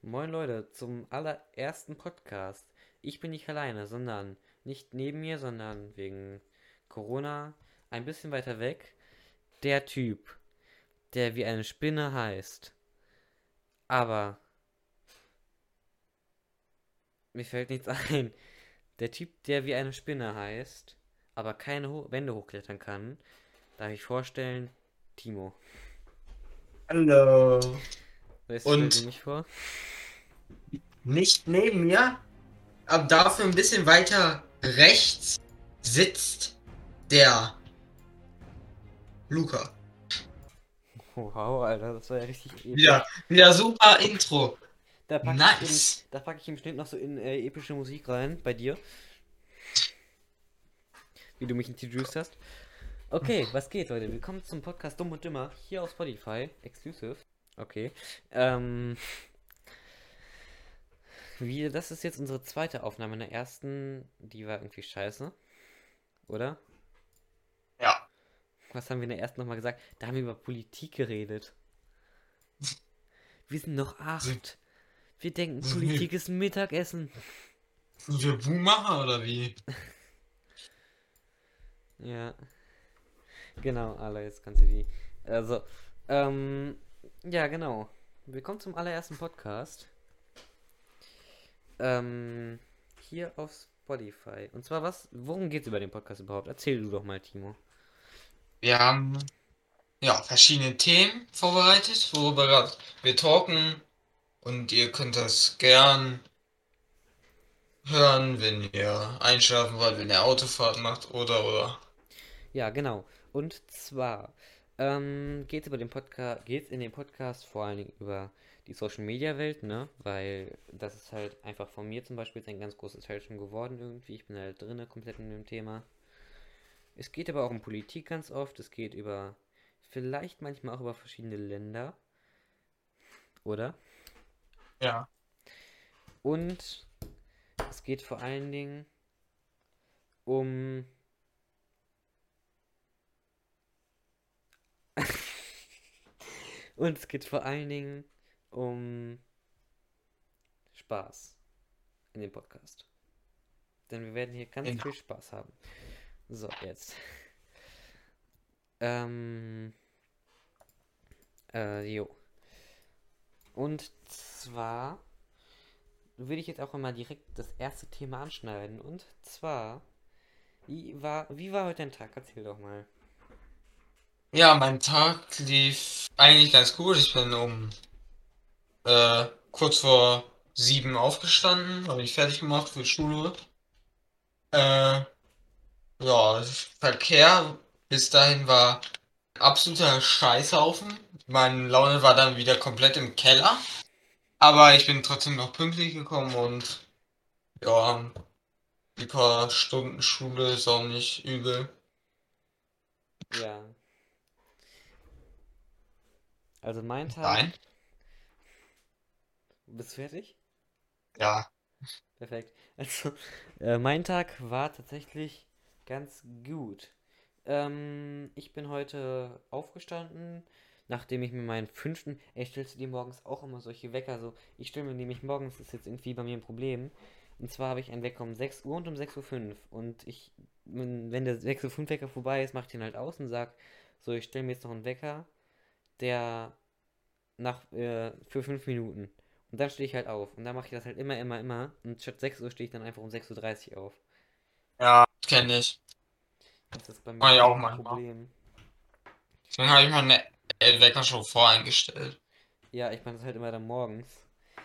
Moin Leute, zum allerersten Podcast. Ich bin nicht alleine, sondern nicht neben mir, sondern wegen Corona ein bisschen weiter weg. Der Typ, der wie eine Spinne heißt. Aber mir fällt nichts ein. Der Typ, der wie eine Spinne heißt, aber keine Wände hochklettern kann. Darf ich vorstellen, Timo. Hallo. Weißt du, stell dir Und mich vor? nicht neben mir, aber dafür ein bisschen weiter rechts sitzt der Luca. Wow, Alter, das war ja richtig Wieder, episch. wieder super Intro. Da packe ich Nice. da packe ich im Schnitt noch so in epische Musik rein, bei dir, wie du mich introduced hast. Okay, was geht, Leute? Willkommen zum Podcast Dumm und Dümmer hier auf Spotify, exclusive. Okay. Ähm, das ist jetzt unsere zweite Aufnahme. In der ersten, die war irgendwie scheiße, oder? Ja. Was haben wir in der ersten nochmal gesagt? Da haben wir über Politik geredet. Wir sind noch Sind, 8. Wir denken, sind wir, Politik ist Mittagessen. sind wir Buhmacher oder wie? Ja, genau, alle, jetzt kannst du die. Also, ähm, ja, genau. Willkommen zum allerersten Podcast. Ähm, hier auf Spotify. Und zwar worum geht's über den Podcast überhaupt? Erzähl du doch mal, Timo. Wir haben ja verschiedene Themen vorbereitet, worüber wir talken und ihr könnt das gern hören, wenn ihr einschlafen wollt, wenn ihr Autofahrt macht oder. Ja, genau. Und zwar geht's in dem Podcast vor allen Dingen über die Social Media Welt, ne? Weil das ist halt einfach von mir zum Beispiel jetzt ein ganz großes Teil schon geworden irgendwie. Ich bin halt drinne komplett in dem Thema. Es geht aber auch um Politik ganz oft. Es geht über vielleicht manchmal auch über verschiedene Länder, oder? Ja. Und es geht vor allen Dingen um und es geht vor allen Dingen um Spaß in dem Podcast. Denn wir werden hier ganz Genau. viel Spaß haben. So, jetzt. Ähm, jo. Und zwar würde ich jetzt auch mal direkt das erste Thema anschneiden. Und zwar, wie war heute dein Tag? Erzähl doch mal. Ja, mein Tag lief eigentlich ganz gut. Ich bin kurz vor 7 aufgestanden, habe ich fertig gemacht für Schule. Äh, ja, Verkehr bis dahin war absoluter Scheißhaufen. Meine Laune war dann wieder komplett im Keller, aber ich bin trotzdem noch pünktlich gekommen und ja, die paar Stunden Schule ist auch nicht übel. Ja, also mein Tag. Nein? Bist du fertig? Ja. Perfekt. Also, mein Tag war tatsächlich ganz gut. Ich bin heute aufgestanden, nachdem ich mir meinen fünften. Ey, stellst du dir morgens auch immer solche Wecker? So, ich stelle mir nämlich morgens, ist jetzt irgendwie bei mir ein Problem. Und zwar habe ich einen Wecker um 6 Uhr und um 6:05 Uhr. Und wenn der 6:05 Uhr Wecker vorbei ist, mache ich den halt aus und sage, so, ich stelle mir jetzt noch einen Wecker, der für 5 Minuten. Und dann stehe ich halt auf. Und dann mache ich das halt immer, immer, immer. Und statt 6 Uhr stehe ich dann einfach um 6:30 Uhr auf. Ja, kenne ich. Das ist bei mir Mach ich voll auch das manchmal. Problem. Deswegen habe ich mal eine Weckershow voreingestellt. Ja, ich mache das halt immer dann morgens.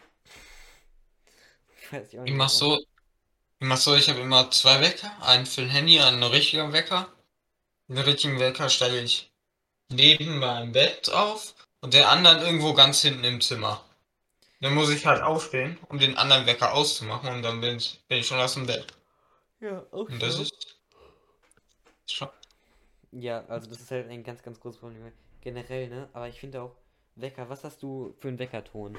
Ich weiß ich auch Ich nicht mach warum. so, ich mach so, ich habe immer zwei Wecker, einen für ein Handy, einen richtigen Wecker. Den richtigen Wecker stelle ich neben meinem Bett auf und den anderen irgendwo ganz hinten im Zimmer. Dann muss ich halt aufstehen, um den anderen Wecker auszumachen und dann bin ich schon aus dem Bett. Ja, auch Und das schlau. ist schon, Ja, also das ist halt ein ganz, ganz großes Problem. Generell, ne? Aber ich finde auch, Wecker, was hast du für einen Weckerton?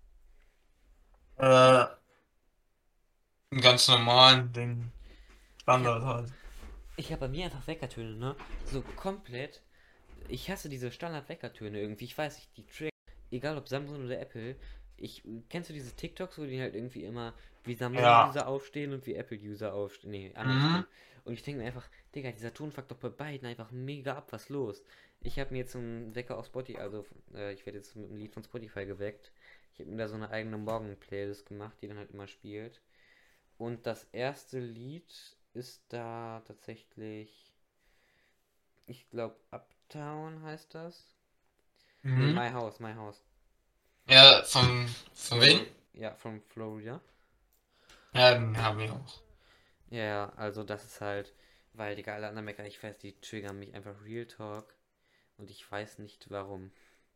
äh, einen ganz normalen Ding. Ich habe Standard halt. ich hab bei mir einfach Weckertöne, ne? So komplett. Ich hasse diese Standard-Weckertöne irgendwie. Ich weiß nicht, die Track, egal ob Samsung oder Apple. Kennst du diese TikToks, wo die halt irgendwie immer wie Ja. Samsung-User aufstehen und wie Apple-User aufstehen? Nee, Mhm. andersrum. Und ich denke mir einfach, Digga, dieser Ton fuckt doch bei beiden einfach mega ab, was los? Ich habe mir jetzt so einen Wecker auf Spotify, also ich werde jetzt mit einem Lied von Spotify geweckt. Ich habe mir da so eine eigene Morgen-Playlist gemacht, die dann halt immer spielt. Und das erste Lied ist da tatsächlich, ich glaube, Uptown heißt das. Nee, Mhm. My House, My House. Ja, von wem? Ja, from Florida. Ja, den haben wir auch. Ja, ja, also das ist halt, weil die alle anderen meckern, ich weiß, die triggern mich einfach Real Talk und ich weiß nicht warum.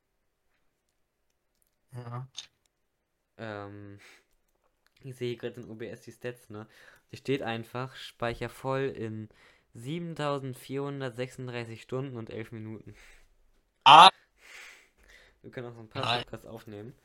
Ja. Ähm, ich sehe gerade in OBS die Stats, ne? Die steht einfach, Speicher voll in 7436 Stunden und 11 Minuten. Ah, Wir können auch so ein paar nein. Podcasts aufnehmen.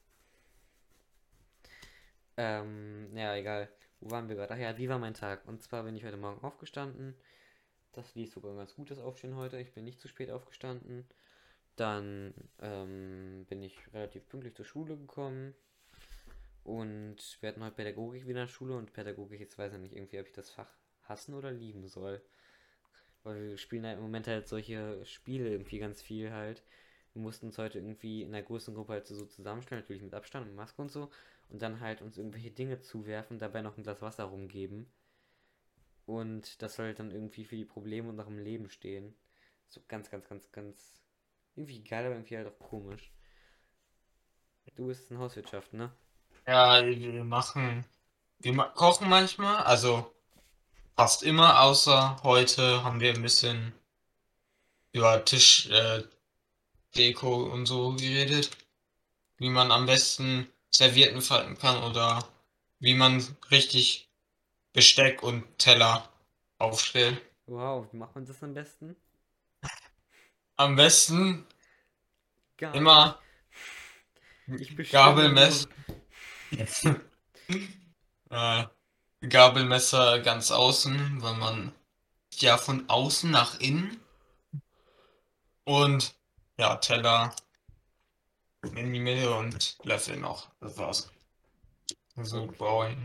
Ja, egal. Wo waren wir gerade? Ach ja, wie war mein Tag? Und zwar bin ich heute Morgen aufgestanden. Das lief sogar ein ganz gutes Aufstehen heute. Ich bin nicht zu spät aufgestanden. Dann bin ich relativ pünktlich zur Schule gekommen und wir hatten heute Pädagogik wieder in der Schule und Pädagogik, jetzt weiß ich nicht, irgendwie ob ich das Fach hassen oder lieben soll. Weil wir spielen halt im Moment halt solche Spiele irgendwie ganz viel halt. Wir mussten uns heute irgendwie in der größten Gruppe halt so zusammenstellen, natürlich mit Abstand und Maske und so. Und dann halt uns irgendwelche Dinge zuwerfen, dabei noch ein Glas Wasser rumgeben. Und das soll dann irgendwie für die Probleme und nach dem Leben stehen. So ganz, ganz, ganz, ganz irgendwie geil, aber irgendwie halt auch komisch. Du bist in Hauswirtschaft, ne? Ja, kochen manchmal, also fast immer, außer heute haben wir ein bisschen über Deko und so geredet, wie man am besten Servietten falten kann oder wie man richtig Besteck und Teller aufstellt. Wow, wie macht man das am besten? Am besten Gar nicht. immer Ich bestimme nur. Gabelmesser, äh, Gabelmesser ganz außen, weil man ja von außen nach innen und ja, Teller in die Mitte und Löffel noch. Das war's. So Okay. brauche ich.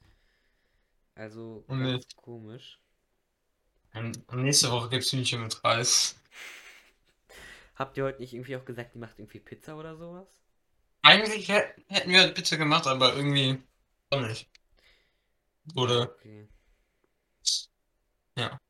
Also Und ganz komisch. nächste Woche gibt's Hühnchen mit Reis. Habt ihr heute nicht irgendwie auch gesagt, die macht irgendwie Pizza oder sowas? Eigentlich hätten wir halt Pizza gemacht, aber irgendwie auch nicht. Ja, Oder, okay. ja.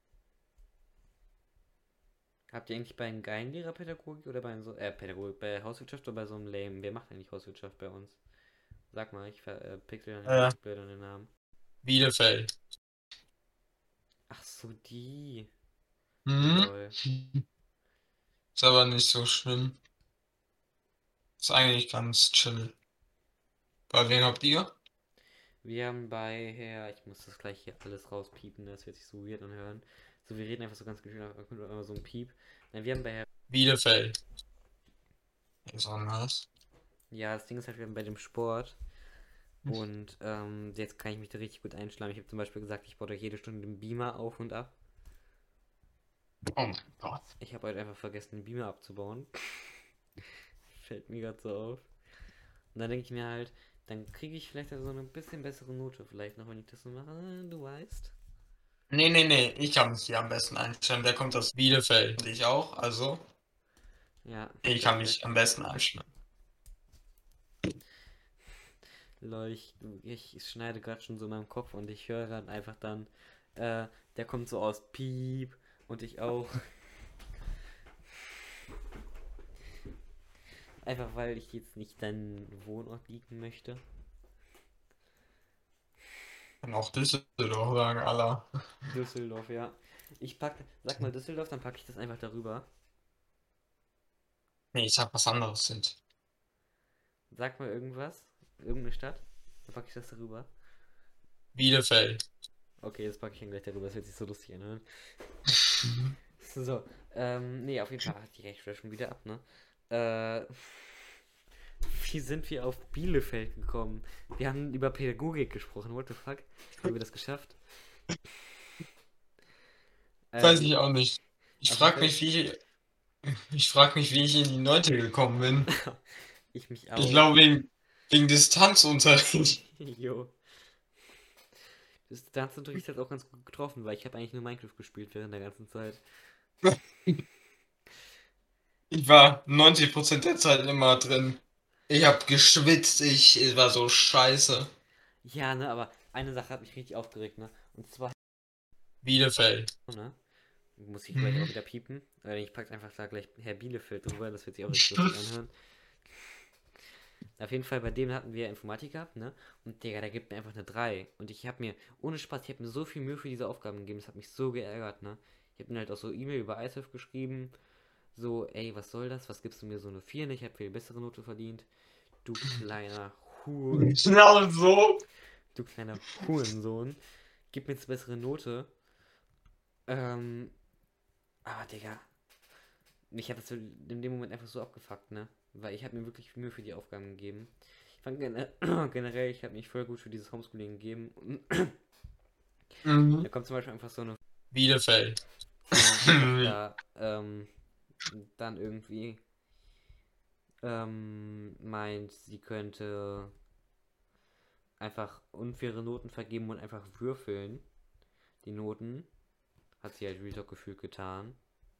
Habt ihr eigentlich bei einem geilen Lehrer Pädagogik oder bei einem so, Pädagogik, bei Hauswirtschaft oder bei so einem lame? Wer macht eigentlich Hauswirtschaft bei uns? Sag mal, ich pixel dann Äh, immer blöd an den Namen. Bielefeld. Ach so, die. Mhm. Lol. Ist aber nicht so schlimm. Ist eigentlich ganz chill. Bei wem habt ihr? Wir haben bei Herr, ich muss das gleich hier alles rauspiepen, das wird sich so weird anhören. So, wir reden einfach so ganz gefühlt, immer so ein Piep. Nein, wir haben bei Herr, Bielefeld. Ist anders. ja, das Ding ist halt, wir haben bei dem Sport und jetzt kann ich mich da richtig gut einschlagen. Ich habe zum Beispiel gesagt, ich baue da jede Stunde den Beamer auf und ab. Oh mein Gott. Ich habe heute einfach vergessen, den Beamer abzubauen. Fällt mir gerade so auf. Und dann denke ich mir halt, dann kriege ich vielleicht so eine bisschen bessere Note, vielleicht noch, wenn ich das so mache. Du weißt. Nee, nee, nee. Ich kann mich hier am besten einstellen. Der kommt aus Bielefeld. Und ich auch. Also, Ja, ich kann mich perfekt. am besten einstellen. Lol, ich schneide gerade schon so in meinem Kopf und ich höre dann einfach dann, äh, der kommt so aus Piep und ich auch. Einfach weil ich jetzt nicht deinen Wohnort liegen möchte. Kann auch Düsseldorf sagen, Allah. Düsseldorf, ja. Sag mal Düsseldorf, dann packe ich das einfach darüber. Nee, ich sag was anderes sind. Sag mal irgendwas, irgendeine Stadt, dann packe ich das darüber. Bielefeld. Okay, das packe ich dann gleich darüber, das wird sich so lustig anhören. So, nee, auf jeden Fall, die recht schon wieder ab, ne? Äh, wie sind wir auf Bielefeld gekommen? Wir haben über Pädagogik gesprochen, what the fuck? Wie haben wir das geschafft? Weiß Ähm, ich auch nicht. Ich auf jeden frag Fall, mich, ich frag mich, wie ich in die Neunte gekommen bin. ich mich Ich auch. glaube wegen Wegen Distanzunterricht. Jo. Das Tanzunterricht hat auch ganz gut getroffen, weil ich habe eigentlich nur Minecraft gespielt während der ganzen Zeit. Ich war 90% der Zeit immer drin. Ich hab geschwitzt, ich war so scheiße. Ja, ne, aber eine Sache hat mich richtig aufgeregt, ne? Und zwar, Bielefeld. ne? Muss ich gleich Mhm. auch wieder piepen. Ich pack einfach da gleich Herr Bielefeld drüber, das wird sich auch richtig lustig anhören. Auf jeden Fall, bei dem hatten wir Informatik gehabt, ne? Und Digga, der gibt mir einfach eine 3. Und ich habe mir, ohne Spaß, ich habe mir so viel Mühe für diese Aufgaben gegeben, das hat mich so geärgert, ne? Ich habe mir halt auch so E-Mail über iSurf geschrieben, so, ey, was soll das? Was gibst du mir so eine 4? Ich habe viel bessere Note verdient. Du kleiner Huren, Genau so. du kleiner Hurensohn. Gib mir jetzt eine bessere Note. Ähm, aber Digga, mich hat das so in dem Moment einfach so abgefuckt, ne? Weil ich habe mir wirklich Mühe für die Aufgaben gegeben. Ich fand generell, ich habe mich voll gut für dieses Homeschooling gegeben. Und Mhm. da kommt zum Beispiel einfach so eine Bielefeld. die einfach da dann irgendwie meint, sie könnte einfach unfaire Noten vergeben und einfach würfeln. Die Noten. Hat sie halt Real Talk gefühlt getan.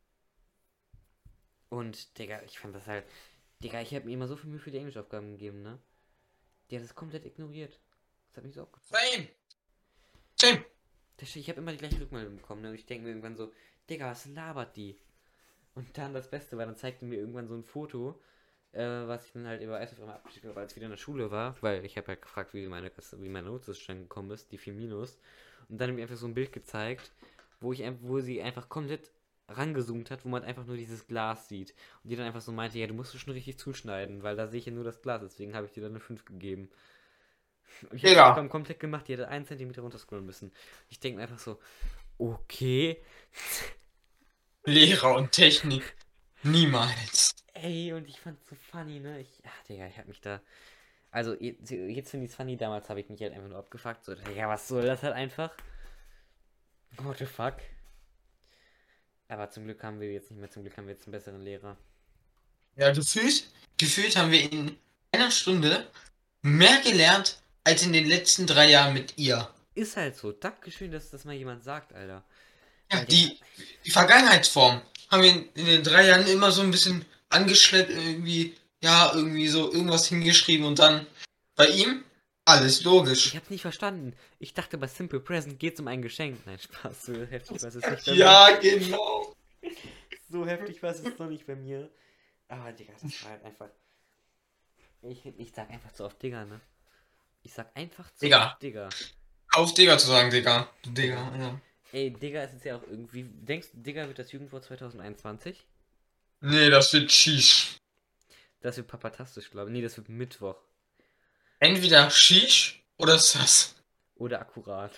Und, Digga, ich fand das halt. Digga, ich habe mir immer so viel Mühe für die Englischaufgaben gegeben, ne? Die hat das komplett ignoriert. Das hat mich so aufgefuckt. Same. Same. Ich habe immer die gleiche Rückmeldung bekommen, ne? Und ich denke mir irgendwann so, Digga, was labert die? Und dann das Beste war, dann zeigte mir irgendwann so ein Foto, was ich dann halt über iSurf immer abgeschickt habe, als ich wieder in der Schule war, weil ich habe halt gefragt, wie meine Note zustande gekommen ist, die 4 Minus. Und dann hat mir einfach so ein Bild gezeigt, wo sie einfach komplett rangezoomt hat, wo man einfach nur dieses Glas sieht. Und die dann einfach so meinte, ja, du musst es schon richtig zuschneiden, weil da sehe ich ja nur das Glas, deswegen habe ich dir dann eine 5 gegeben. Und ich habe die Digga. Aufgaben komplett gemacht, die hätte 1 Zentimeter runterscrollen müssen. Ich denke mir einfach so, okay. Lehrer und Technik. Niemals. Ey, und ich fand's so funny, ne? Digga, ich hab mich da. Also, jetzt finde ich's funny, damals habe ich mich halt einfach nur abgefuckt. So, Digga, was soll das halt einfach? What the fuck? Aber zum Glück haben wir jetzt nicht mehr, zum Glück haben wir jetzt einen besseren Lehrer. Ja, gefühlt haben wir in einer Stunde mehr gelernt als in den letzten 3 Jahren mit ihr. Ist halt so. Dankeschön, dass das mal jemand sagt, Alter. Ja, Weil, Digga, die Vergangenheitsform haben wir in den 3 Jahren immer so ein bisschen angeschleppt, irgendwie, ja, irgendwie so irgendwas hingeschrieben und dann bei ihm alles ich logisch. hab's nicht verstanden. Ich dachte, bei Simple Present geht's um ein Geschenk. Nein, Spaß, so heftig war es jetzt nicht bei mir. Ja, genau. So heftig war es jetzt noch nicht bei mir. Aber, Digga, das war halt einfach. Ich sag einfach zu oft Digga, ne? Ich sag einfach zu Digga. oft Digga. Auf Digga zu sagen, Digga. Du Digga. Digga, ja. Ey, Digga ist jetzt ja auch irgendwie. Denkst du, Digga wird das Jugendwort 2021? Nee, das wird Shish. Das wird papatastisch, glaube ich. Nee, das wird Mittwoch. Entweder Shish oder Sass. Oder akkurat.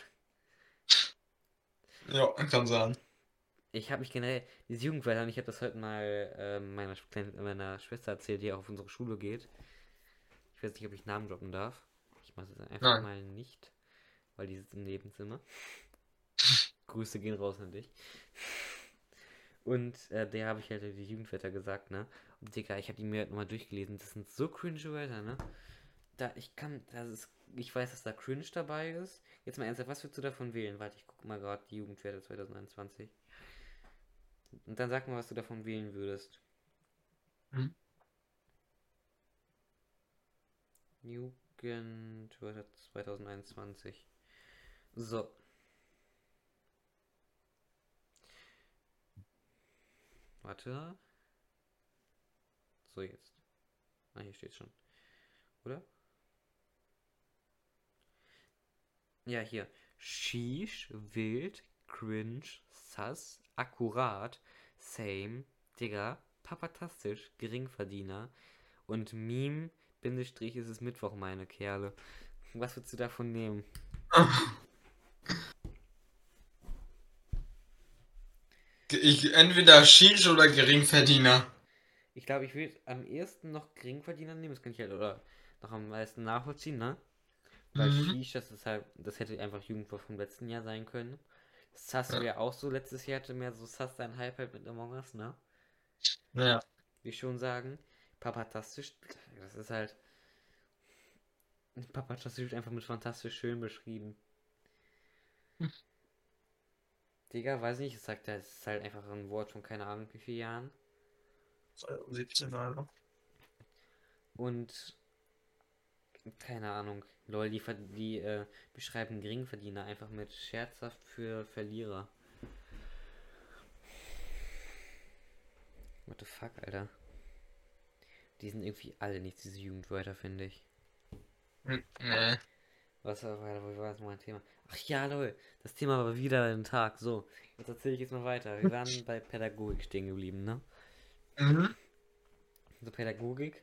Ja, kann sein. Ich habe mich generell. Diese Jugendwörter, und ich habe das heute mal meiner Schwester erzählt, die auch auf unsere Schule geht. Ich weiß nicht, ob ich Namen droppen darf. Ich mache es einfach Nein. mal nicht, weil die sitzt im Nebenzimmer. Grüße gehen raus an dich. Und der habe ich halt die Jugendwörter gesagt, ne? Und Digga, ich habe die mir halt nochmal durchgelesen. Das sind so cringe Wörter, ne? Ich weiß, dass da cringe dabei ist. Jetzt mal ernsthaft, was würdest du davon wählen? Warte, ich gucke mal gerade die Jugendwerte 2021. Und dann sag mal, was du davon wählen würdest. Hm? Jugendwörter 2021. So. Warte. So, jetzt. Ah, hier steht schon. Oder? Ja, hier. Sheesh, wild, cringe, sus, akkurat, same, Digga, papatastisch, Geringverdiener und Meme, Bindestrich, ist es Mittwoch, meine Kerle. Was würdest du davon nehmen? Entweder Shish oder Geringverdiener. Ich glaube, ich würde am ehesten noch Geringverdiener nehmen, das kann ich halt, oder noch am meisten nachvollziehen, ne? Weil Mhm. Sheesh, das hätte einfach Jugendwort vom letzten Jahr sein können. Sus Ja. wäre auch so, letztes Jahr hatte mehr so Sus sein Hype halt mit Among Us, ne? Ja. Wie schon sagen. Papatastisch, das ist halt. Papa hat das Lied einfach mit fantastisch schön beschrieben. Digga, weiß nicht, es sagt, es ist halt einfach ein Wort von keine Ahnung wie vielen Jahren. 17 Jahre. Und keine Ahnung, lol, die beschreiben Geringverdiener einfach mit scherzhaft für Verlierer. What the fuck, Alter. Die sind irgendwie alle nicht diese Jugendwörter, finde ich. Nee. Wo war das mein Thema? Ach ja, lol, das Thema war wieder ein Tag. So, jetzt erzähle ich jetzt mal weiter. Wir waren bei Pädagogik stehen geblieben, ne? Mhm. So Pädagogik.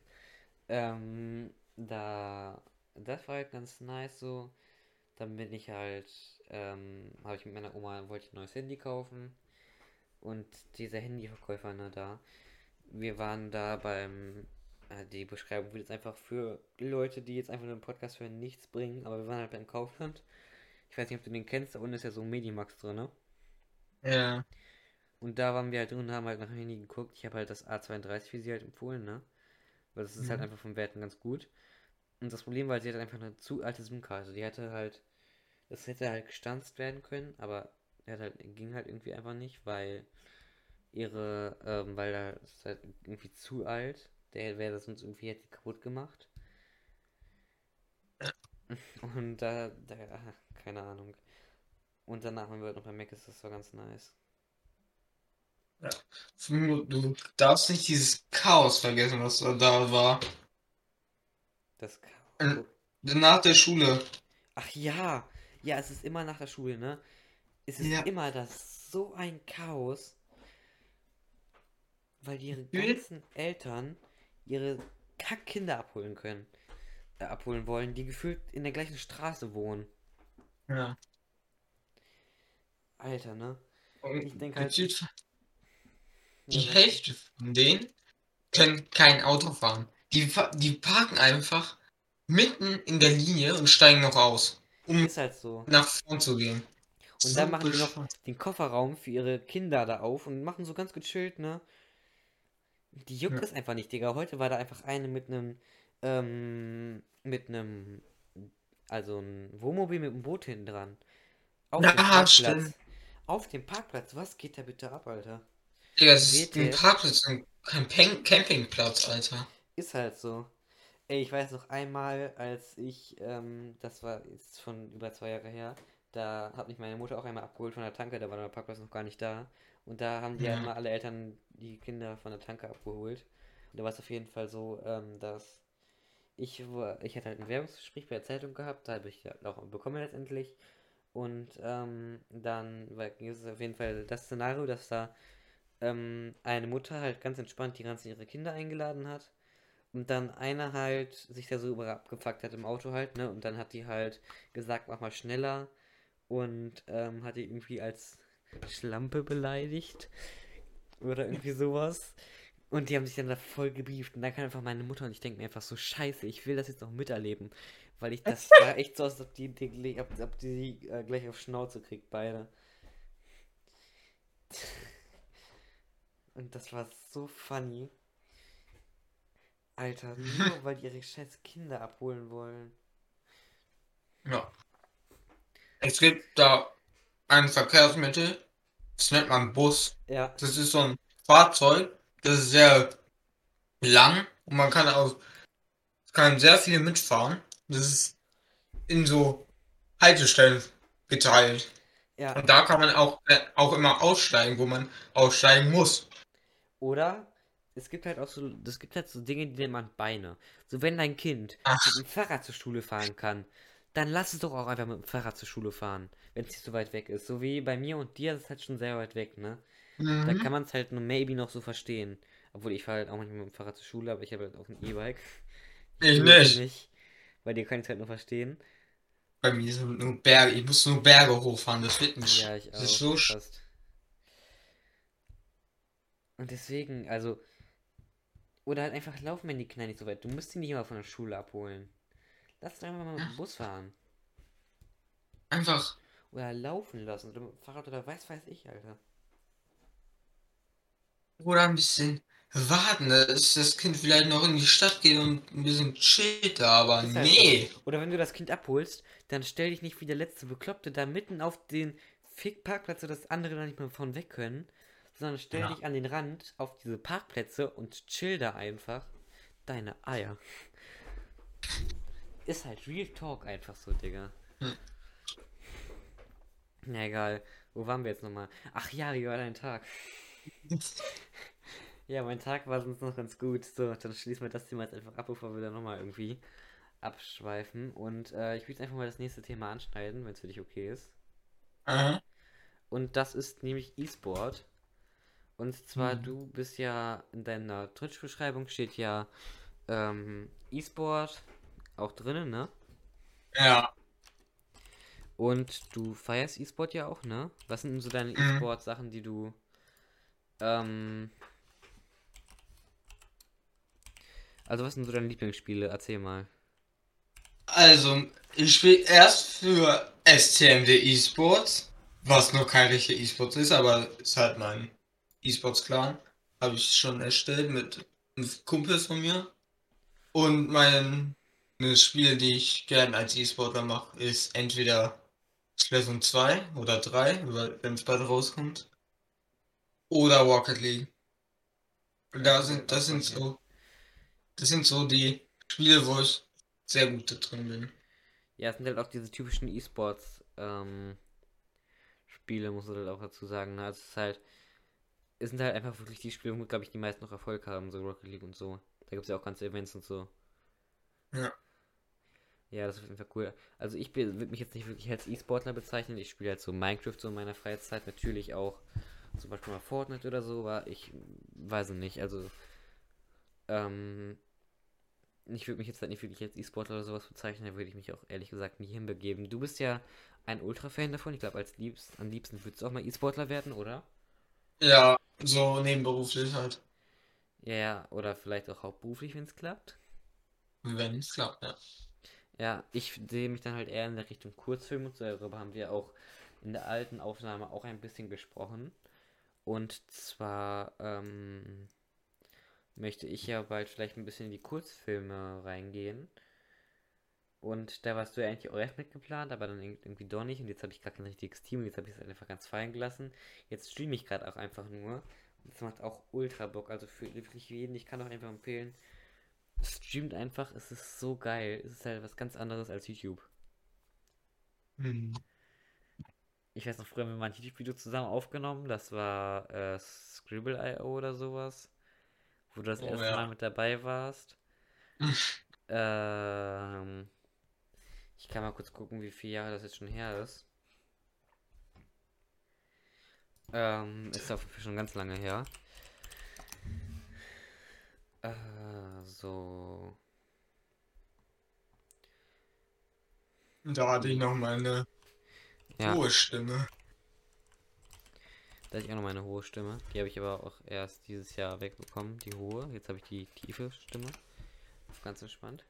Das war halt ganz nice so. Dann bin ich halt, habe ich mit meiner Oma, wollte ich ein neues Handy kaufen. Und dieser Handyverkäufer, ne, da. Wir waren da die Beschreibung wird jetzt einfach für Leute, die jetzt einfach nur einen Podcast hören, nichts bringen. Aber wir waren halt beim Kaufland. Ich weiß nicht, ob du den kennst, da unten ist ja so ein Medimax drin, ne? Ja. Und da waren wir halt drin und haben halt nach dem Handy geguckt. Ich habe halt das A32 wie sie halt empfohlen, ne? Weil das ist halt Mhm. einfach vom Werten ganz gut. Und das Problem war, sie hatte einfach eine zu alte SIM-Karte. Die hatte halt, das hätte halt gestanzt werden können, aber ging halt irgendwie einfach nicht, weil da ist halt irgendwie zu alt. Der wäre das uns irgendwie hätte kaputt gemacht. Und keine Ahnung. Und danach waren wir halt noch bei Mac, das war ganz nice. Ja. Du darfst nicht dieses Chaos vergessen, was da war. Das Äh, Chaos. Nach der Schule. Ach ja, ja, es ist immer nach der Schule, ne? Es ist Ja. immer so ein Chaos, weil ihre Gefühlt. ganzen Eltern ihre Kackkinder abholen wollen, die gefühlt in der gleichen Straße wohnen. Ja. Alter, ne? Ich Und denke halt, gefühlt die ja, sag du. Hälfte von denen können kein Auto fahren. Die parken einfach mitten in der Linie und steigen noch aus, um Ist halt so. nach vorn zu gehen. Und dann So machen die noch bescheuert. den Kofferraum für ihre Kinder da auf und machen so ganz gechillt, ne? Die juckt Ja. es einfach nicht, Digga. Heute war da einfach eine mit einem, also ein Wohnmobil mit einem Boot hinten dran. Auf dem Ja, stimmt. Parkplatz. Auf dem Parkplatz. Was geht da bitte ab, Alter? Digga, das ist ein WTF? Parkplatz und kein Campingplatz, Alter. Ist halt so. Ey, ich weiß noch einmal, als das war jetzt schon über 2 Jahre her, da hat mich meine Mutter auch einmal abgeholt von der Tanke, da war der Parkplatz noch gar nicht da. Und da haben die halt Ja. immer alle Eltern die Kinder von der Tanke abgeholt. Und da war es auf jeden Fall so, dass ich hatte halt ein Werbungsgespräch bei der Zeitung gehabt, da habe ich ja auch bekommen letztendlich. Und ging es auf jeden Fall das Szenario, dass da eine Mutter halt ganz entspannt die ganzen ihre Kinder eingeladen hat. Und dann einer halt sich da so über abgefuckt hat im Auto halt, ne? Und dann hat die halt gesagt, mach mal schneller. Und hat die irgendwie als Schlampe beleidigt. Oder irgendwie sowas. Und die haben sich dann da voll gebieft. Und dann kann einfach meine Mutter und ich denke mir einfach so, scheiße, ich will das jetzt noch miterleben. Weil das sah echt so aus, als ob die gleich auf Schnauze kriegt, beide. Und das war so funny. Alter, nur weil die ihre scheiß Kinder abholen wollen. Ja. Es gibt da ein Verkehrsmittel, das nennt man Bus. Ja, Das ist so ein Fahrzeug, das ist sehr lang und kann sehr viele mitfahren. Das ist in so Haltestellen geteilt. ja. Und da kann man auch immer aussteigen, wo man aussteigen muss. Oder es gibt halt so Dinge, die nennt man Beine. So, wenn dein Kind mit Ach, dem Fahrrad zur Schule fahren kann, dann lass es doch auch einfach mit dem Fahrrad zur Schule fahren, wenn es nicht so weit weg ist. So wie bei mir und dir, das ist halt schon sehr weit weg, ne? Da mhm. kann man es halt nur maybe noch so verstehen. Obwohl ich fahre halt auch manchmal mit dem Fahrrad zur Schule, aber ich habe halt auch ein E-Bike. Ich Ich tue es nicht. nicht. Bei dir kann ich es halt nur verstehen. Bei mir sind nur Berge. Ich muss nur Berge hochfahren. Ja, ich Das ist auch. so Fast. Und deswegen, also, oder halt einfach laufen, wenn die Kinder nicht so weit. Du musst die nicht immer von der Schule abholen. Lass doch einfach mal mit ja, dem Bus fahren. einfach. Oder laufen lassen. Oder mit dem Fahrrad oder weiß ich, Alter. Oder ein bisschen. warten, dass das Kind vielleicht noch in die Stadt geht und ein bisschen chillt da, aber Ist halt so. nee. Oder wenn du das Kind abholst, dann stell dich nicht wie der letzte Bekloppte da mitten auf den Fick-Parkplatz, sodass andere da nicht mehr von weg können, sondern stell Ja. dich an den Rand auf diese Parkplätze und chill da einfach deine Eier. Ist halt Real Talk einfach so, Digga. Hm. Na egal. Wo waren wir jetzt nochmal? Ach ja, wie war dein Tag? Ja, mein Tag war sonst noch ganz gut. So, dann schließen wir das Thema jetzt einfach ab, bevor wir dann nochmal irgendwie abschweifen. Und ich will jetzt einfach mal das nächste Thema anschneiden, wenn es für dich okay ist. Aha. Und das ist nämlich E-Sport. Und zwar, Hm. du bist ja in deiner Twitch-Beschreibung steht ja E-Sport auch drinnen, ne? Ja. Und du feierst E-Sport ja auch, ne? Was sind denn so deine Hm. E-Sport-Sachen, die du ähm, also was sind so deine Lieblingsspiele? Erzähl mal. Also, ich spiele erst für STMD eSports, was noch kein richtiger eSports ist, aber ist halt mein eSports-Clan. Habe ich schon erstellt mit Kumpels von mir. Und meine Spiele, die ich gern als E-Sportler mache, ist entweder Splatoon 2 oder 3, wenn es bald rauskommt, oder Rocket League. Ja, ich bin halt Das auch bei sind dir. so, das sind so die Spiele, wo ich sehr gut da drin bin. Ja, es sind halt auch diese typischen E-Sports Spiele, muss man halt auch dazu sagen. Ne? Also es sind halt einfach wirklich die Spiele, wo, glaube ich, die meisten noch Erfolg haben, so Rocket League und so. Da gibt es ja auch ganze Events und so. Ja. Ja, das ist auf jeden Fall cool. Also ich würde mich jetzt nicht wirklich als E-Sportler bezeichnen. Ich spiele halt so Minecraft so in meiner Freizeit. Natürlich auch zum Beispiel mal Fortnite oder so, aber ich weiß es nicht. Also, ähm, ich würde mich jetzt halt nicht wirklich als E-Sportler oder sowas bezeichnen. Da würde ich mich auch ehrlich gesagt nie hinbegeben. Du bist ja ein Ultra-Fan davon. Ich glaube, am liebsten würdest du auch mal E-Sportler werden, oder? Ja, so nebenberuflich halt, Ja, ja, oder vielleicht auch hauptberuflich, wenn es klappt. wenn es klappt, ja. Ja, ich sehe mich dann halt eher in der Richtung Kurzfilm und so. Darüber haben wir auch in der alten Aufnahme auch ein bisschen gesprochen. Und zwar möchte ich ja bald vielleicht ein bisschen in die Kurzfilme reingehen. Und da warst du ja eigentlich auch erst mitgeplant, aber dann irgendwie doch nicht. Und jetzt habe ich gar kein richtiges Team und jetzt habe ich es einfach ganz fallen gelassen. Jetzt streame ich gerade auch einfach nur. Und das macht auch ultra Bock. Also für wirklich jeden, ich kann auch einfach empfehlen, streamt einfach, es ist so geil. Es ist halt was ganz anderes als YouTube. Hm. Ich weiß noch, früher haben wir mal ein YouTube-Video zusammen aufgenommen. Das war Scribble.io oder sowas, wo du das Oh erste Mal ja. mit dabei warst. Ähm, Ich kann mal kurz gucken, wie viele Jahre das jetzt schon her ist. Ist auf jeden Fall schon ganz lange her. So. Da hatte ich noch meine Ja, hohe Stimme. da hatte ich auch noch meine hohe Stimme. Die habe ich aber auch erst dieses Jahr wegbekommen, die hohe. Jetzt habe ich die tiefe Stimme. Auf ganz entspannt.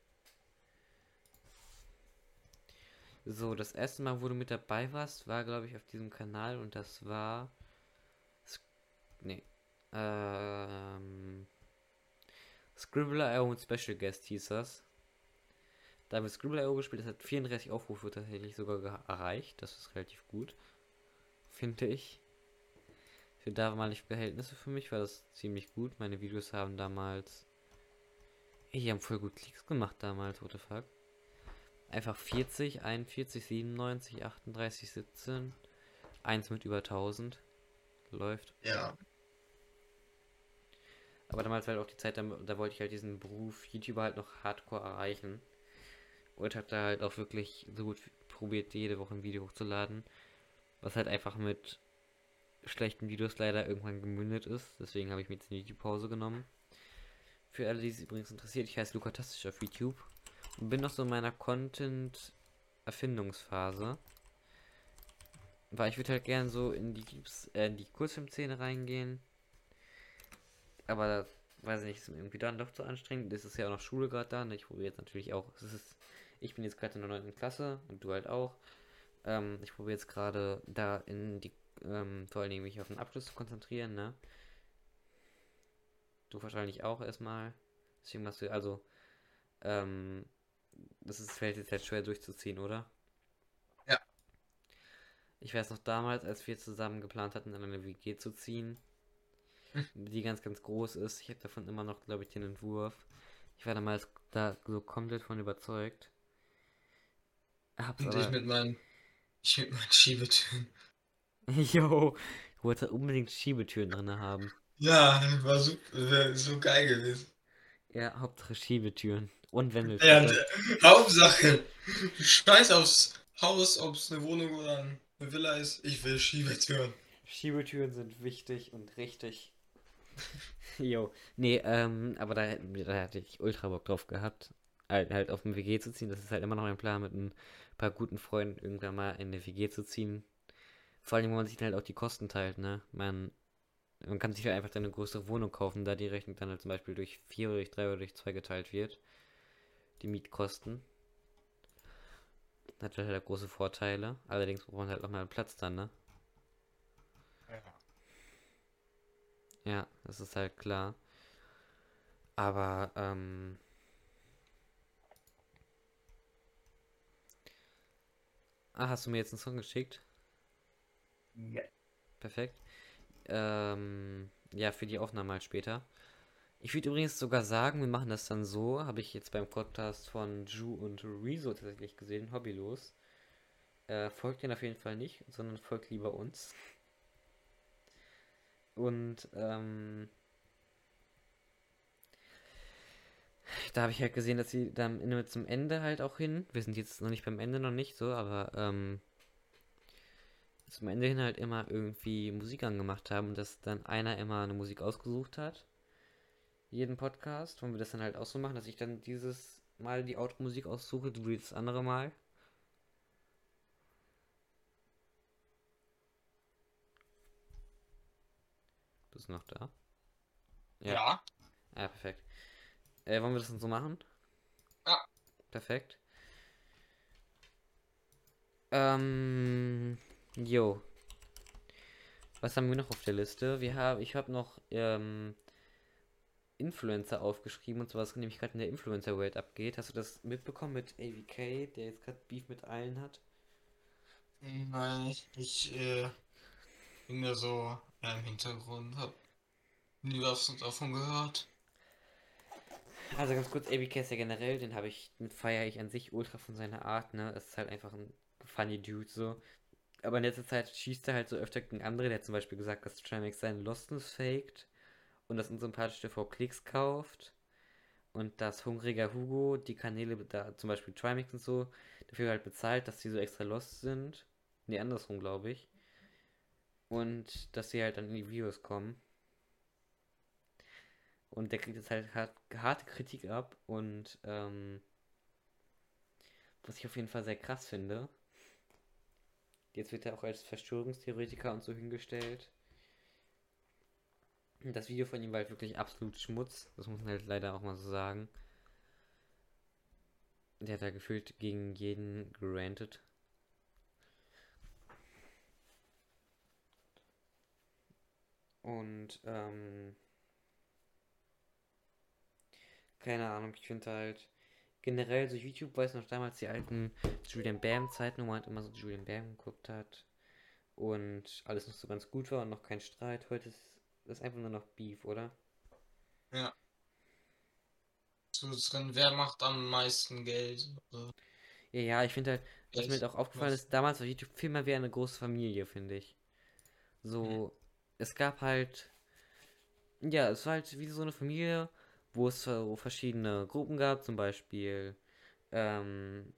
So, das erste Mal, wo du mit dabei warst, war, glaube ich, auf diesem Kanal und das war. Nee. Ähm. Scribbler.io und Special Guest hieß das. Da haben wir Scribbler.io gespielt, das hat 34 Aufrufe tatsächlich sogar erreicht. Das ist relativ gut, finde ich. Für damalige Verhältnisse für mich war das ziemlich gut. Meine Videos haben damals. Ey, die haben voll gut Klicks gemacht damals, what the fuck. Einfach 40, 41, 97, 38, 17. Eins mit über 1000. Läuft. Ja. Aber damals war halt auch die Zeit, da wollte ich halt diesen Beruf YouTuber halt noch hardcore erreichen. Und habe da halt auch wirklich so gut probiert, jede Woche ein Video hochzuladen. Was halt einfach mit schlechten Videos leider irgendwann gemündet ist. Deswegen habe ich mir jetzt eine YouTube-Pause genommen. Für alle, die es übrigens interessiert, ich heiße Lukatastisch auf YouTube. Und bin noch so in meiner Content-Erfindungsphase. Weil ich würde halt gern so in die Kurzfilmszene reingehen. Aber da, weiß ich nicht, ist mir irgendwie dann doch zu anstrengend. Es ist ja auch noch Schule gerade da. Ne? Ich probiere jetzt natürlich auch. Ich bin jetzt gerade in der 9. Klasse und du halt auch. Ich probiere jetzt gerade da in die, vor allen Dingen mich auf den Abschluss zu konzentrieren, ne? Du wahrscheinlich auch erstmal. Deswegen machst du, also, ähm, fällt jetzt halt schwer durchzuziehen, oder? Ja. Ich weiß noch damals, als wir zusammen geplant hatten, in eine WG zu ziehen, Hm. die ganz, ganz groß ist. Ich habe davon immer noch, glaube ich, den Entwurf. Ich war damals da so komplett von überzeugt. Hab's Und aber. ich mit meinen Schiebetüren. Jo, ich wollte unbedingt Schiebetüren drin haben. Ja, war so geil gewesen. Ja, Hauptsache Schiebetüren. Und Ja, und, Wendeltreppe. Hauptsache, scheiß aufs Haus, ob es eine Wohnung oder eine Villa ist. Ich will Schiebetüren. Schiebetüren sind wichtig und richtig. Jo. Nee, aber da hätte ich ultra Bock drauf gehabt. Halt auf ein WG zu ziehen. Das ist halt immer noch mein Plan, mit ein paar guten Freunden irgendwann mal in eine WG zu ziehen. Vor allem, wenn man sich dann halt auch die Kosten teilt, ne? Man kann sich halt einfach dann eine größere Wohnung kaufen, da die Rechnung dann halt zum Beispiel durch 4 oder durch 3 oder durch 2 geteilt wird. Die Mietkosten. Hat halt große Vorteile. Allerdings braucht man halt auch mal Platz dann, ne? Ja. Ja, das ist halt klar. Aber, hast du mir jetzt einen Song geschickt? Ja. Perfekt. Ja, für die Aufnahme halt später. Ich würde übrigens sogar sagen, wir machen das dann so, habe ich jetzt beim Podcast von Ju und Rezo tatsächlich gesehen, hobbylos. Folgt den auf jeden Fall nicht, sondern folgt lieber uns. Und da habe ich halt gesehen, dass sie dann immer zum Ende halt auch hin, wir sind jetzt noch nicht beim Ende noch nicht so, aber zum Ende hin halt immer irgendwie Musik angemacht haben, dass dann einer immer eine Musik ausgesucht hat. Jeden Podcast, wollen wir das dann halt auch so machen, dass ich dann dieses Mal die Outro-Musik aussuche, du das andere Mal. Bist du noch da? Ja. Ja. Ja, perfekt. Wollen wir das dann so machen? Ja. Perfekt. Jo. Was haben wir noch auf der Liste? Ich habe noch Influencer aufgeschrieben, und zwar was nämlich gerade in der Influencer-Welt abgeht. Hast du das mitbekommen mit AVK, der jetzt gerade Beef mit allen hat? Nein, ich bin da so im Hintergrund, hab nie was davon gehört. Also ganz kurz, AVK ist ja generell, feiere ich an sich ultra von seiner Art, ne? Es ist halt einfach ein funny Dude so. Aber in letzter Zeit schießt er halt so öfter gegen andere. Der hat zum Beispiel gesagt, dass Trimax seine Lostness faked und das unsympathische TV Klicks kauft. Und dass hungriger Hugo die Kanäle, da zum Beispiel Trimax und so, dafür halt bezahlt, dass sie so extra lost sind. Nee, andersrum, glaube ich. Und dass sie halt dann in die Videos kommen. Und der kriegt jetzt halt harte Kritik ab. Und was ich auf jeden Fall sehr krass finde. Jetzt wird er auch als Verschwörungstheoretiker und so hingestellt. Das Video von ihm war halt wirklich absolut Schmutz. Das muss man halt leider auch mal so sagen. Der hat da gefühlt gegen jeden gerantet. Und, keine Ahnung, ich finde halt generell so YouTube, weiß noch damals die alten Julian Bam-Zeiten, wo man halt immer so Julian Bam geguckt hat und alles noch so ganz gut war und noch kein Streit. Heute ist das einfach nur noch Beef, oder? Ja. So drin, wer macht am meisten Geld? Also, Ja, ja, ich finde halt, was mir halt Geld, auch aufgefallen was? ist, damals war YouTube viel mehr wie eine große Familie, finde ich. Hm. So, es gab halt, ja, es war halt wie so eine Familie, wo es so verschiedene Gruppen gab, zum Beispiel ähm,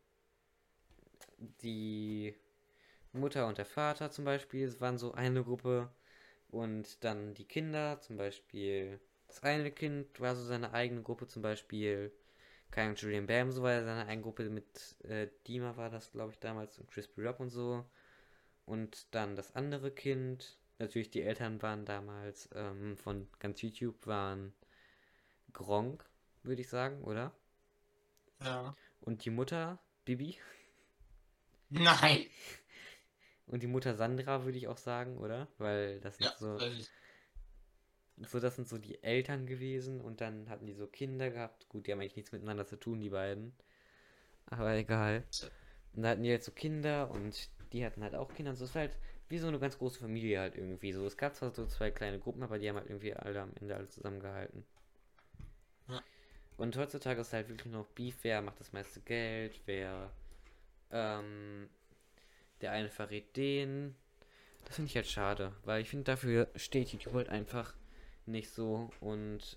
die Mutter und der Vater zum Beispiel, es waren so eine Gruppe und dann die Kinder, zum Beispiel das eine Kind war so seine eigene Gruppe, zum Beispiel kein Julian Bam, so war er seine eigene Gruppe mit Dima war das, glaube ich, damals und Crispy Rob und so. Und dann das andere Kind, natürlich die Eltern waren damals von ganz YouTube, waren Gronk, würde ich sagen, oder? Ja. Und die Mutter, Bibi. Nein. Und die Mutter Sandra, würde ich auch sagen, oder? Weil das sind Ja, so. weiß ich. So, das sind so die Eltern gewesen und dann hatten die so Kinder gehabt. Gut, die haben eigentlich nichts miteinander zu tun, die beiden. Aber egal. Und da hatten die halt so Kinder und die hatten halt auch Kinder. Und so ist halt wie so eine ganz große Familie halt irgendwie. So, es gab zwar so zwei kleine Gruppen, aber die haben halt irgendwie alle am Ende alle zusammengehalten. Ja. Und heutzutage ist halt wirklich noch Beef, wer macht das meiste Geld, wer, ähm, der eine verrät den. Das finde ich halt schade, weil ich finde, dafür steht YouTube halt einfach nicht so und,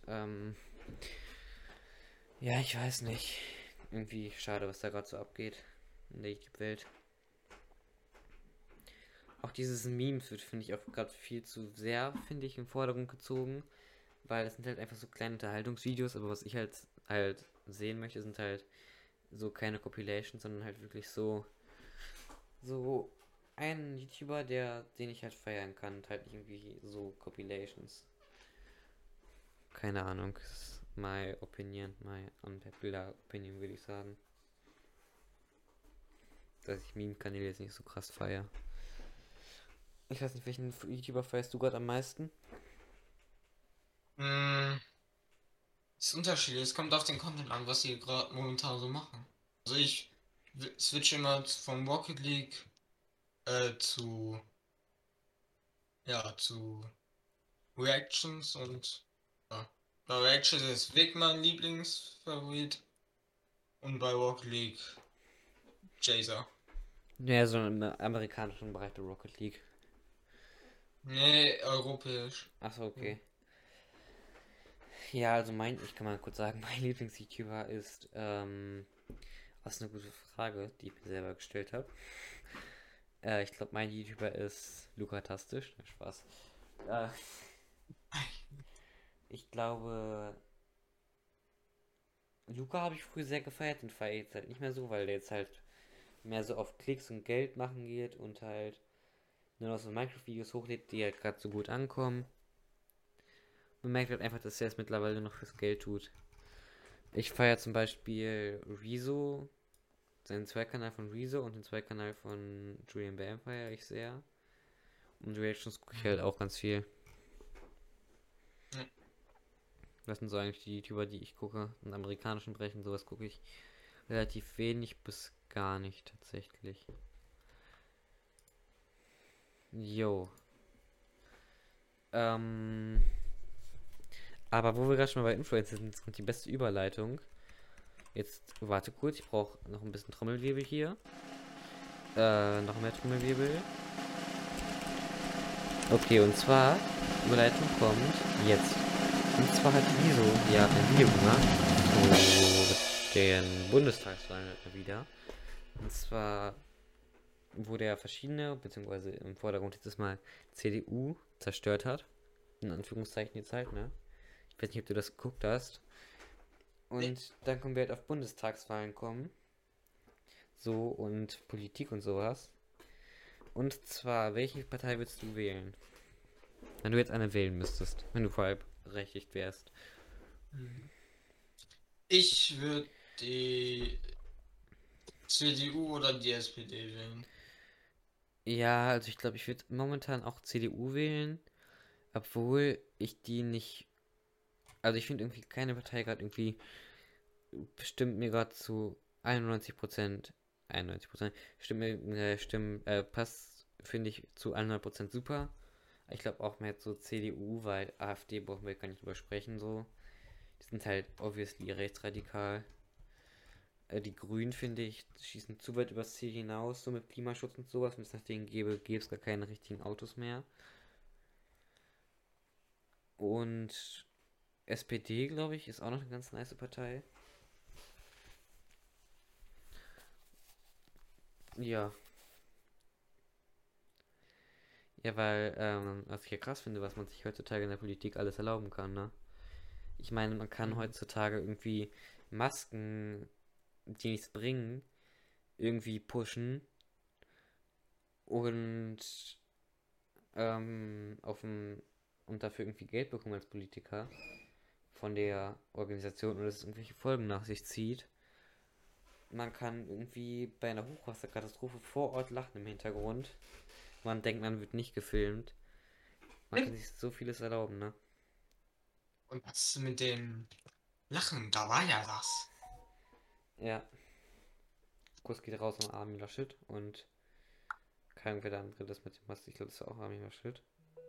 ja, ich weiß nicht. Irgendwie schade, was da gerade so abgeht in der YouTube-Welt. Auch dieses Memes wird, finde ich, auch gerade viel zu sehr, finde ich, in Vordergrund gezogen, weil das sind halt einfach so kleine Unterhaltungsvideos, aber was ich halt sehen möchte, sind halt so keine Compilations, sondern halt wirklich so ein YouTuber, den ich halt feiern kann und halt nicht irgendwie so Compilations. Keine Ahnung, ist my opinion, my unpopular opinion, würde ich sagen. Dass ich Meme-Kanäle jetzt nicht so krass feiere. Ich weiß nicht, welchen YouTuber feierst du gerade am meisten? Mm, ist unterschiedlich. Es kommt auf den Content an, was die gerade momentan so machen. Also ich switche immer von Rocket League zu, ja, zu Reactions und ja. Bei Reactions ist Vic mein Lieblingsfavorit und bei Rocket League Jaser. Ja, so im amerikanischen Bereich der Rocket League. Nee, europäisch. Achso, Hm. okay. Ja, also ich kann mal kurz sagen, mein Lieblings-YouTuber ist, das ist eine gute Frage, die ich mir selber gestellt habe. Ich glaube, mein YouTuber ist Lukatastisch. Spaß. Äh, ich glaube, Luca habe ich früher sehr gefeiert, den feiere ich jetzt halt nicht mehr so, weil der jetzt halt mehr so auf Klicks und Geld machen geht und halt nur noch so Minecraft-Videos hochlädt, die halt gerade so gut ankommen. Man merkt halt einfach, dass er es mittlerweile noch fürs Geld tut. Ich feiere zum Beispiel Rezo, seinen Zweikanal von Rezo und den Zweikanal von Julian Bam feiere ich sehr. Und Reactions gucke ich halt auch ganz viel. Ja. Das sind so eigentlich die YouTuber, die ich gucke. In amerikanischen Bereichen sowas gucke ich relativ wenig bis gar nicht tatsächlich. Jo. Ähm, aber wo wir gerade schon mal bei Influencern sind, jetzt kommt die beste Überleitung. Jetzt warte kurz, ich brauche noch ein bisschen Trommelwirbel hier. Noch mehr Trommelwirbel. Okay, und zwar, Überleitung kommt jetzt. Und zwar hat Wieso ja ein Video gemacht zu den Bundestagswahlen halt mal wieder. Und zwar wurde er verschiedene, beziehungsweise im Vordergrund dieses Mal CDU zerstört hat. In Anführungszeichen jetzt halt, ne? Ich weiß nicht, ob du das geguckt hast. Nee. Und dann können wir halt auf Bundestagswahlen kommen. So und Politik und sowas. Und zwar, welche Partei würdest du wählen? Wenn du jetzt eine wählen müsstest, wenn du wahlberechtigt wärst. Ich würde die CDU oder die SPD wählen. Ja, also ich glaube, ich würde momentan auch CDU wählen, obwohl ich die nicht. Also ich finde irgendwie keine Partei gerade irgendwie bestimmt mir gerade zu 91%, 91%, passt, finde ich, zu 100% super. Ich glaube auch mehr zu CDU, weil AfD brauchen wir gar nicht drüber sprechen, so. Die sind halt obviously rechtsradikal. Die Grünen, finde ich, schießen zu weit übers Ziel hinaus, so mit Klimaschutz und sowas. Wenn es nach denen gäbe, gäbe es gar keine richtigen Autos mehr. Und SPD, glaube ich, ist auch noch eine ganz nice Partei. Ja. Ja, weil, was ich ja krass finde, was man sich heutzutage in der Politik alles erlauben kann, ne? Ich meine, man kann Mhm. heutzutage irgendwie Masken, die nichts bringen, irgendwie pushen und auf dem und dafür irgendwie Geld bekommen als Politiker von der Organisation und es irgendwelche Folgen nach sich zieht. Man kann irgendwie bei einer Hochwasserkatastrophe vor Ort lachen im Hintergrund. Man denkt, man wird nicht gefilmt. Man kann sich so vieles erlauben, ne? Und was mit dem Lachen, da war ja was. Ja, Kuss geht raus an Armin Laschet und kein Ahnung, wer der andere das mit dem Mast. Ich glaube, das ist auch Armin Laschet.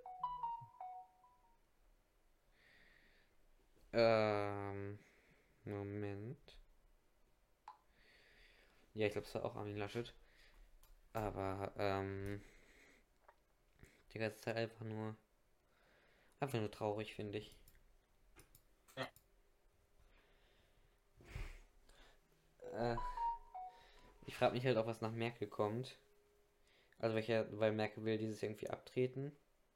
Ähm, Moment. Ja, ich glaube, das war auch Armin Laschet. Aber, die ganze Zeit einfach nur traurig, finde ich. Ja. Äh, Ich frage mich halt auch, was nach Merkel kommt. Also weil Merkel will dieses Jahr irgendwie abtreten.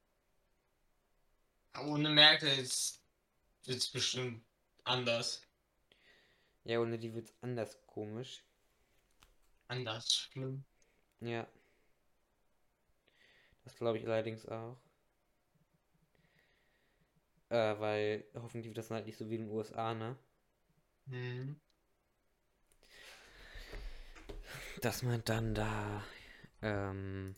Ohne Merkel wird es bestimmt anders. Ja, ohne die wird's anders komisch. Anders schlimm. Ja, das glaube ich allerdings auch. Weil hoffentlich wird das dann halt nicht so wie in den USA, ne? Mhm. Dass man dann da, ähm,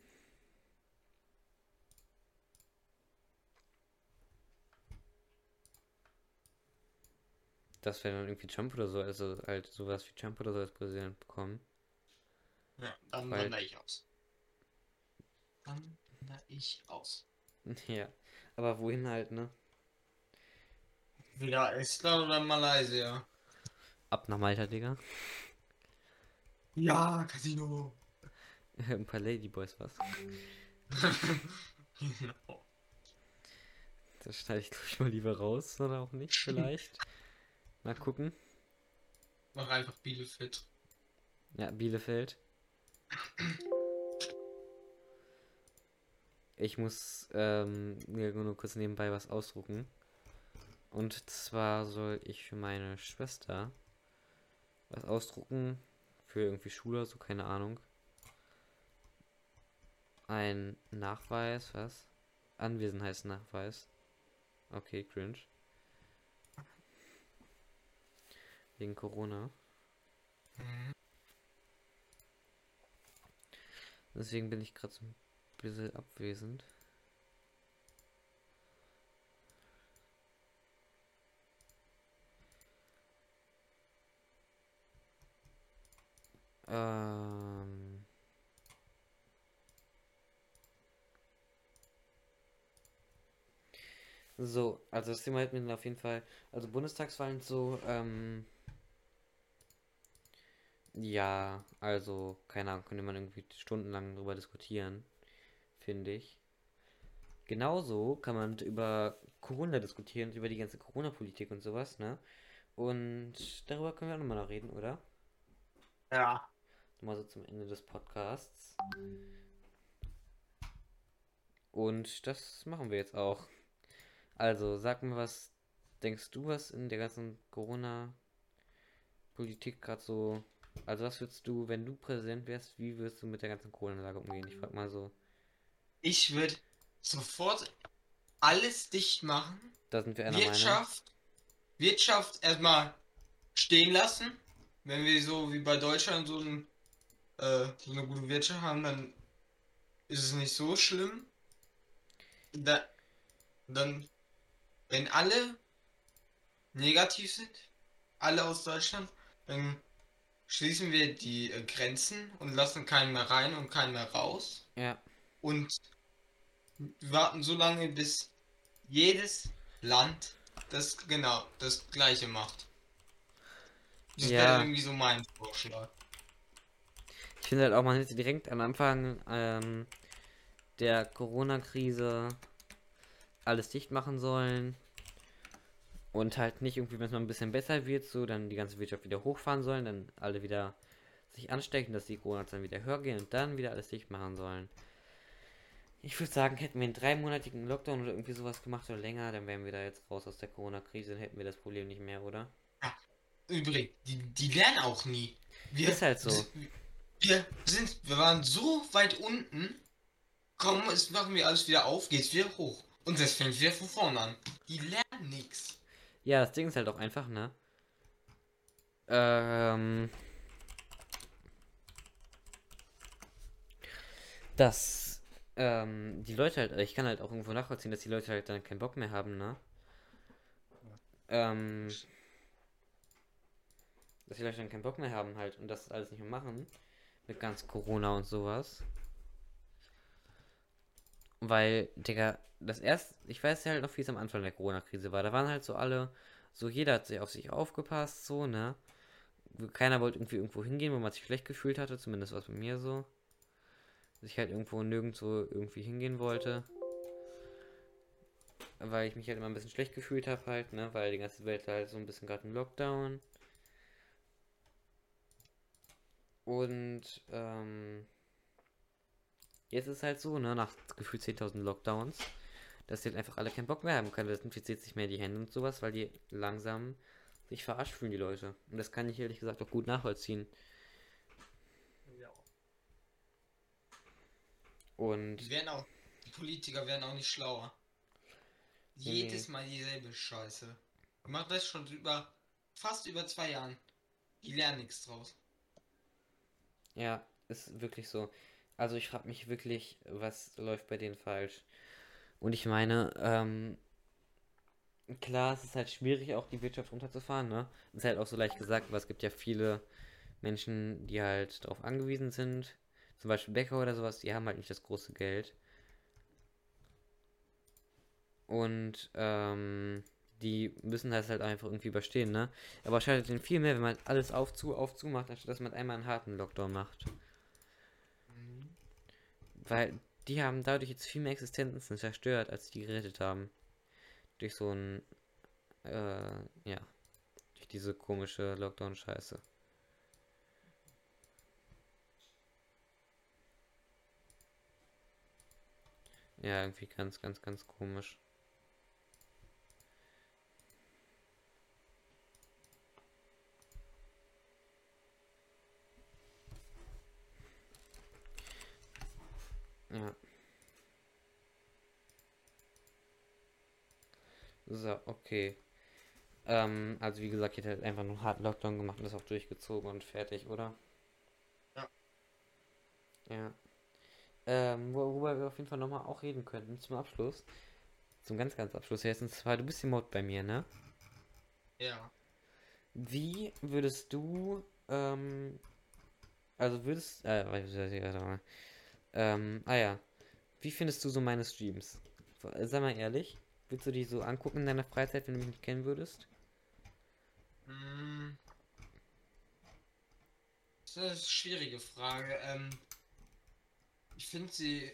dass wir dann irgendwie Trump oder so, also halt sowas wie Trump oder so als Präsident bekommen. Ja, dann Weil, wandere ich aus. Dann wandere ich aus. ja. Aber wohin halt, ne? Wieder Estland oder Malaysia? Ab nach Malta, Digga. Ja, Casino. Ein paar Ladyboys was. Genau. Das schneide ich, glaube ich, mal lieber raus, oder auch nicht, vielleicht. Mal gucken. Mach einfach Bielefeld. Ja, Bielefeld. Ich muss mir nur kurz nebenbei was ausdrucken. Und zwar soll ich für meine Schwester was ausdrucken. Für irgendwie Schule, so keine Ahnung. Ein Nachweis, was? Anwesenheitsnachweis. Okay, cringe. Wegen Corona. Mhm. Deswegen bin ich gerade so ein bisschen abwesend. Ähm. So, also das Thema hätten wir dann auf jeden Fall. Also Bundestagswahlen so, ja, also, keine Ahnung, könnte man irgendwie stundenlang drüber diskutieren, finde ich. Genauso kann man über Corona diskutieren, über die ganze Corona-Politik und sowas, ne? Und darüber können wir auch nochmal noch reden, oder? Ja. Nochmal so zum Ende des Podcasts. Und das machen wir jetzt auch. Also, sag mir, was denkst du, was in der ganzen Corona-Politik gerade so. Also, was würdest du, wenn du Präsident wärst, wie würdest du mit der ganzen Corona-Lage umgehen? Ich frag mal so. Ich würde sofort alles dicht machen. Da sind wir einer Meinung. Wirtschaft erstmal stehen lassen. Wenn wir so wie bei Deutschland so eine gute Wirtschaft haben, dann ist es nicht so schlimm. Da, dann, wenn alle negativ sind, alle aus Deutschland, dann schließen wir die Grenzen und lassen keinen mehr rein und keinen mehr raus. Ja, Und warten so lange, bis jedes Land das Gleiche macht. Das wäre ja. irgendwie so mein Vorschlag. Ich finde halt auch, man hätte direkt am Anfang der Corona-Krise alles dicht machen sollen. Und halt nicht irgendwie, wenn es mal ein bisschen besser wird, so dann die ganze Wirtschaft wieder hochfahren sollen, dann alle wieder sich anstecken, dass die Corona-Zahlen wieder höher gehen und dann wieder alles dicht machen sollen. Ich würde sagen, hätten wir einen dreimonatigen Lockdown oder irgendwie sowas gemacht oder länger, dann wären wir da jetzt raus aus der Corona-Krise, dann hätten wir das Problem nicht mehr, oder? Ja, übrigens, die lernen auch nie. Wir, Ist halt so. wir waren so weit unten, komm, jetzt machen wir alles wieder auf, geht's wieder hoch. Und das fängt wieder von vorne an. Die lernen nichts. Ja, das Ding ist halt auch einfach, ne? Ähm, dass die Leute halt, ich kann halt auch irgendwo nachvollziehen, dass die Leute halt dann keinen Bock mehr haben, ne? ähm, dass die Leute dann keinen Bock mehr haben halt und das alles nicht mehr machen. Mit ganz Corona und sowas. Weil, Digga, ich weiß ja halt noch, wie es am Anfang der Corona-Krise war. Da waren halt so alle, so jeder hat sich auf sich aufgepasst, so, ne? Keiner wollte irgendwie irgendwo hingehen, wo man sich schlecht gefühlt hatte, zumindest war es bei mir so. Dass ich halt irgendwo nirgendwo irgendwie hingehen wollte. Weil ich mich halt immer ein bisschen schlecht gefühlt habe halt, ne? Weil die ganze Welt halt so ein bisschen gerade im Lockdown. Und, jetzt ist halt so, ne? Nach gefühlt 10.000 Lockdowns, dass die halt einfach alle keinen Bock mehr haben können. Das infiziert sich mehr die Hände und sowas, weil die langsam sich verarscht fühlen, die Leute. Und das kann ich ehrlich gesagt auch gut nachvollziehen. Ja. Und, Die Politiker werden auch nicht schlauer. nee, Jedes Mal dieselbe Scheiße. Ich mach das schon fast über 2 Jahren. Die lernen nichts draus. ja, ist wirklich so. Also ich frage mich wirklich, was läuft bei denen falsch. Und ich meine, klar, es ist halt schwierig, auch die Wirtschaft runterzufahren, ne? Ist halt auch so leicht gesagt, aber es gibt ja viele Menschen, die halt darauf angewiesen sind. Zum Beispiel Bäcker oder sowas, die haben halt nicht das große Geld. Und die müssen das halt einfach irgendwie überstehen, ne? Aber es schadet ihnen viel mehr, wenn man alles auf zu macht, anstatt dass man einmal einen harten Lockdown macht. Mhm. Weil die haben dadurch jetzt viel mehr Existenzen zerstört, als die gerettet haben. Durch so ein, ja, durch diese komische Lockdown-Scheiße. Ja, irgendwie ganz, ganz, ganz komisch. Ja, so, okay. Also wie gesagt, ihr hättet einfach nur einen harten Lockdown gemacht und das auch durchgezogen und fertig, oder? Ja. Ja. Worüber wir auf jeden Fall nochmal auch reden könnten zum Abschluss. Zum ganz, ganz Abschluss jetzt. Und zwar, du bist die Mod bei mir, ne? Ja. Wie würdest du, also würdest, warte mal. Ja. Wie findest du so meine Streams? Sei mal ehrlich. Würdest du die so angucken in deiner Freizeit, wenn du mich nicht kennen würdest? Mm, Das ist eine schwierige Frage. Ich finde sie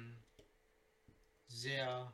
sehr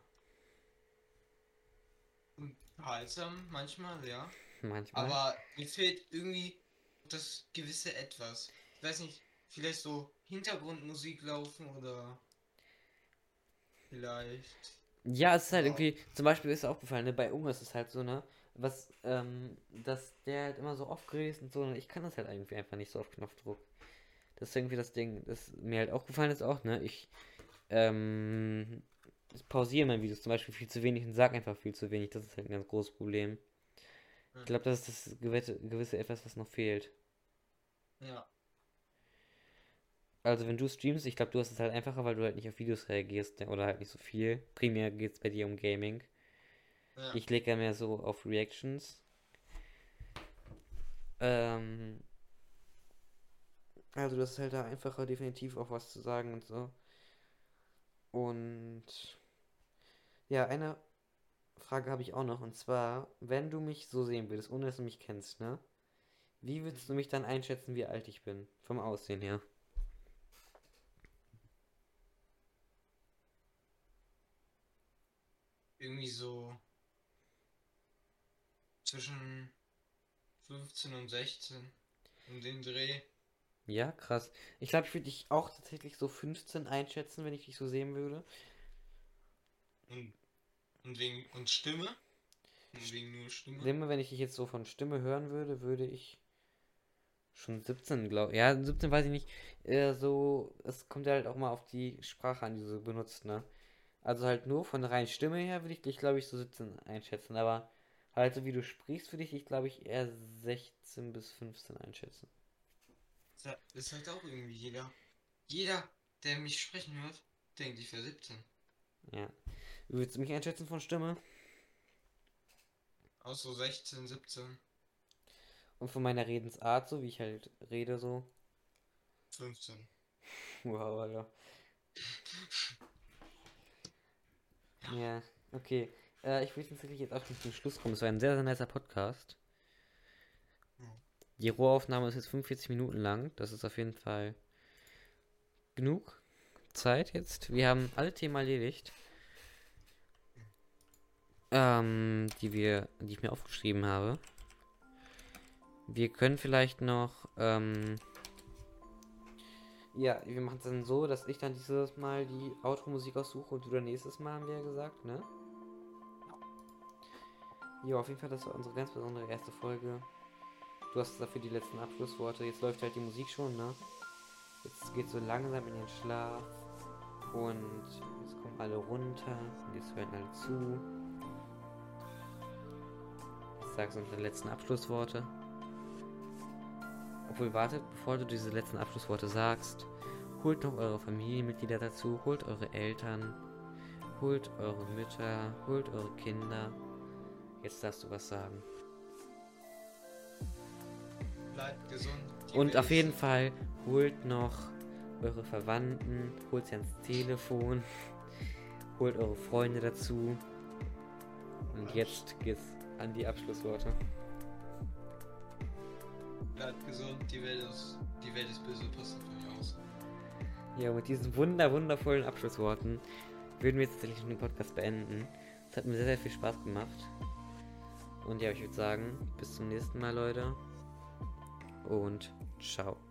unterhaltsam manchmal, ja. Manchmal. Aber mir fehlt irgendwie das gewisse Etwas. Ich weiß nicht, vielleicht so Hintergrundmusik laufen oder vielleicht. Ja, es ist halt Ja. irgendwie, zum Beispiel ist aufgefallen, ne, bei Unge ist es halt so, ne, dass der halt immer so aufgeregt ist und so, und ich kann das halt irgendwie einfach nicht so auf Knopfdruck. Das ist irgendwie das Ding, das mir halt aufgefallen ist auch, ne, ähm, ich pausiere mein Videos zum Beispiel viel zu wenig und sag einfach viel zu wenig, das ist halt ein ganz großes Problem. Ich Mhm. glaube, das ist das gewisse Etwas, was noch fehlt. Ja. Also wenn du streamst, ich glaube, du hast es halt einfacher, weil du halt nicht auf Videos reagierst, ne, oder halt nicht so viel. Primär geht es bei dir um Gaming. Ja. Ich lege ja mehr so auf Reactions. Ähm, also das ist halt da einfacher, definitiv auch was zu sagen und so. Und ja, eine Frage habe ich auch noch, und zwar, wenn du mich so sehen würdest, ohne dass du mich kennst, ne? Wie würdest du Mhm. mich dann einschätzen, wie alt ich bin? Vom Aussehen her. Irgendwie so zwischen 15 und 16 um den Dreh. Ja, krass. Ich glaube, ich würde dich auch tatsächlich so 15 einschätzen, wenn ich dich so sehen würde. Und, und Stimme. Und wegen nur Stimme. Immer wenn ich dich jetzt so von Stimme hören würde, würde ich schon 17, glaube ich. Ja, 17 weiß ich nicht. So, es kommt ja halt auch mal auf die Sprache an, die du so benutzt, ne? Also halt nur von der reinen Stimme her würde ich dich, glaube ich, so 17 einschätzen. Aber halt so wie du sprichst, würde ich dich, glaube ich, eher 16 bis 15 einschätzen. Ist halt auch irgendwie jeder, der mich sprechen hört, denkt, ich wäre 17. Ja. Würdest du mich einschätzen von Stimme? Auch so 16, 17, Und von meiner Redensart, so wie ich halt rede, so. 15. Wow, Alter. Ja, okay. Ich will tatsächlich jetzt auch zum Schluss kommen. Es war ein sehr, sehr nicer Podcast. Ja. Die Rohaufnahme ist jetzt 45 Minuten lang. Das ist auf jeden Fall genug Zeit jetzt. Wir haben alle Themen erledigt, die ich mir aufgeschrieben habe. Wir können vielleicht noch, ja, wir machen es dann so, dass ich dann dieses Mal die Outro-Musik aussuche und du dann nächstes Mal, haben wir ja gesagt, ne? Ja, auf jeden Fall, das war unsere ganz besondere erste Folge. Du hast dafür die letzten Abschlussworte. Jetzt läuft halt die Musik schon, ne? Jetzt geht so langsam in den Schlaf. Und jetzt kommen alle runter. Und jetzt hören alle zu. Jetzt sagst du unsere letzten Abschlussworte. Obwohl, wartet, bevor du diese letzten Abschlussworte sagst, holt noch eure Familienmitglieder dazu, holt eure Eltern, holt eure Mütter, holt eure Kinder. Jetzt darfst du was sagen. Bleibt gesund. Und auf jeden Fall holt noch eure Verwandten, holt sie ans Telefon, holt eure Freunde dazu. Und jetzt geht's an die Abschlussworte. Bleibt gesund, die Welt ist böse, passt auf euch aus. Ja, mit diesen wundervollen Abschlussworten würden wir jetzt tatsächlich den Podcast beenden. Es hat mir sehr, sehr viel Spaß gemacht. Und ja, ich würde sagen, bis zum nächsten Mal, Leute. Und ciao.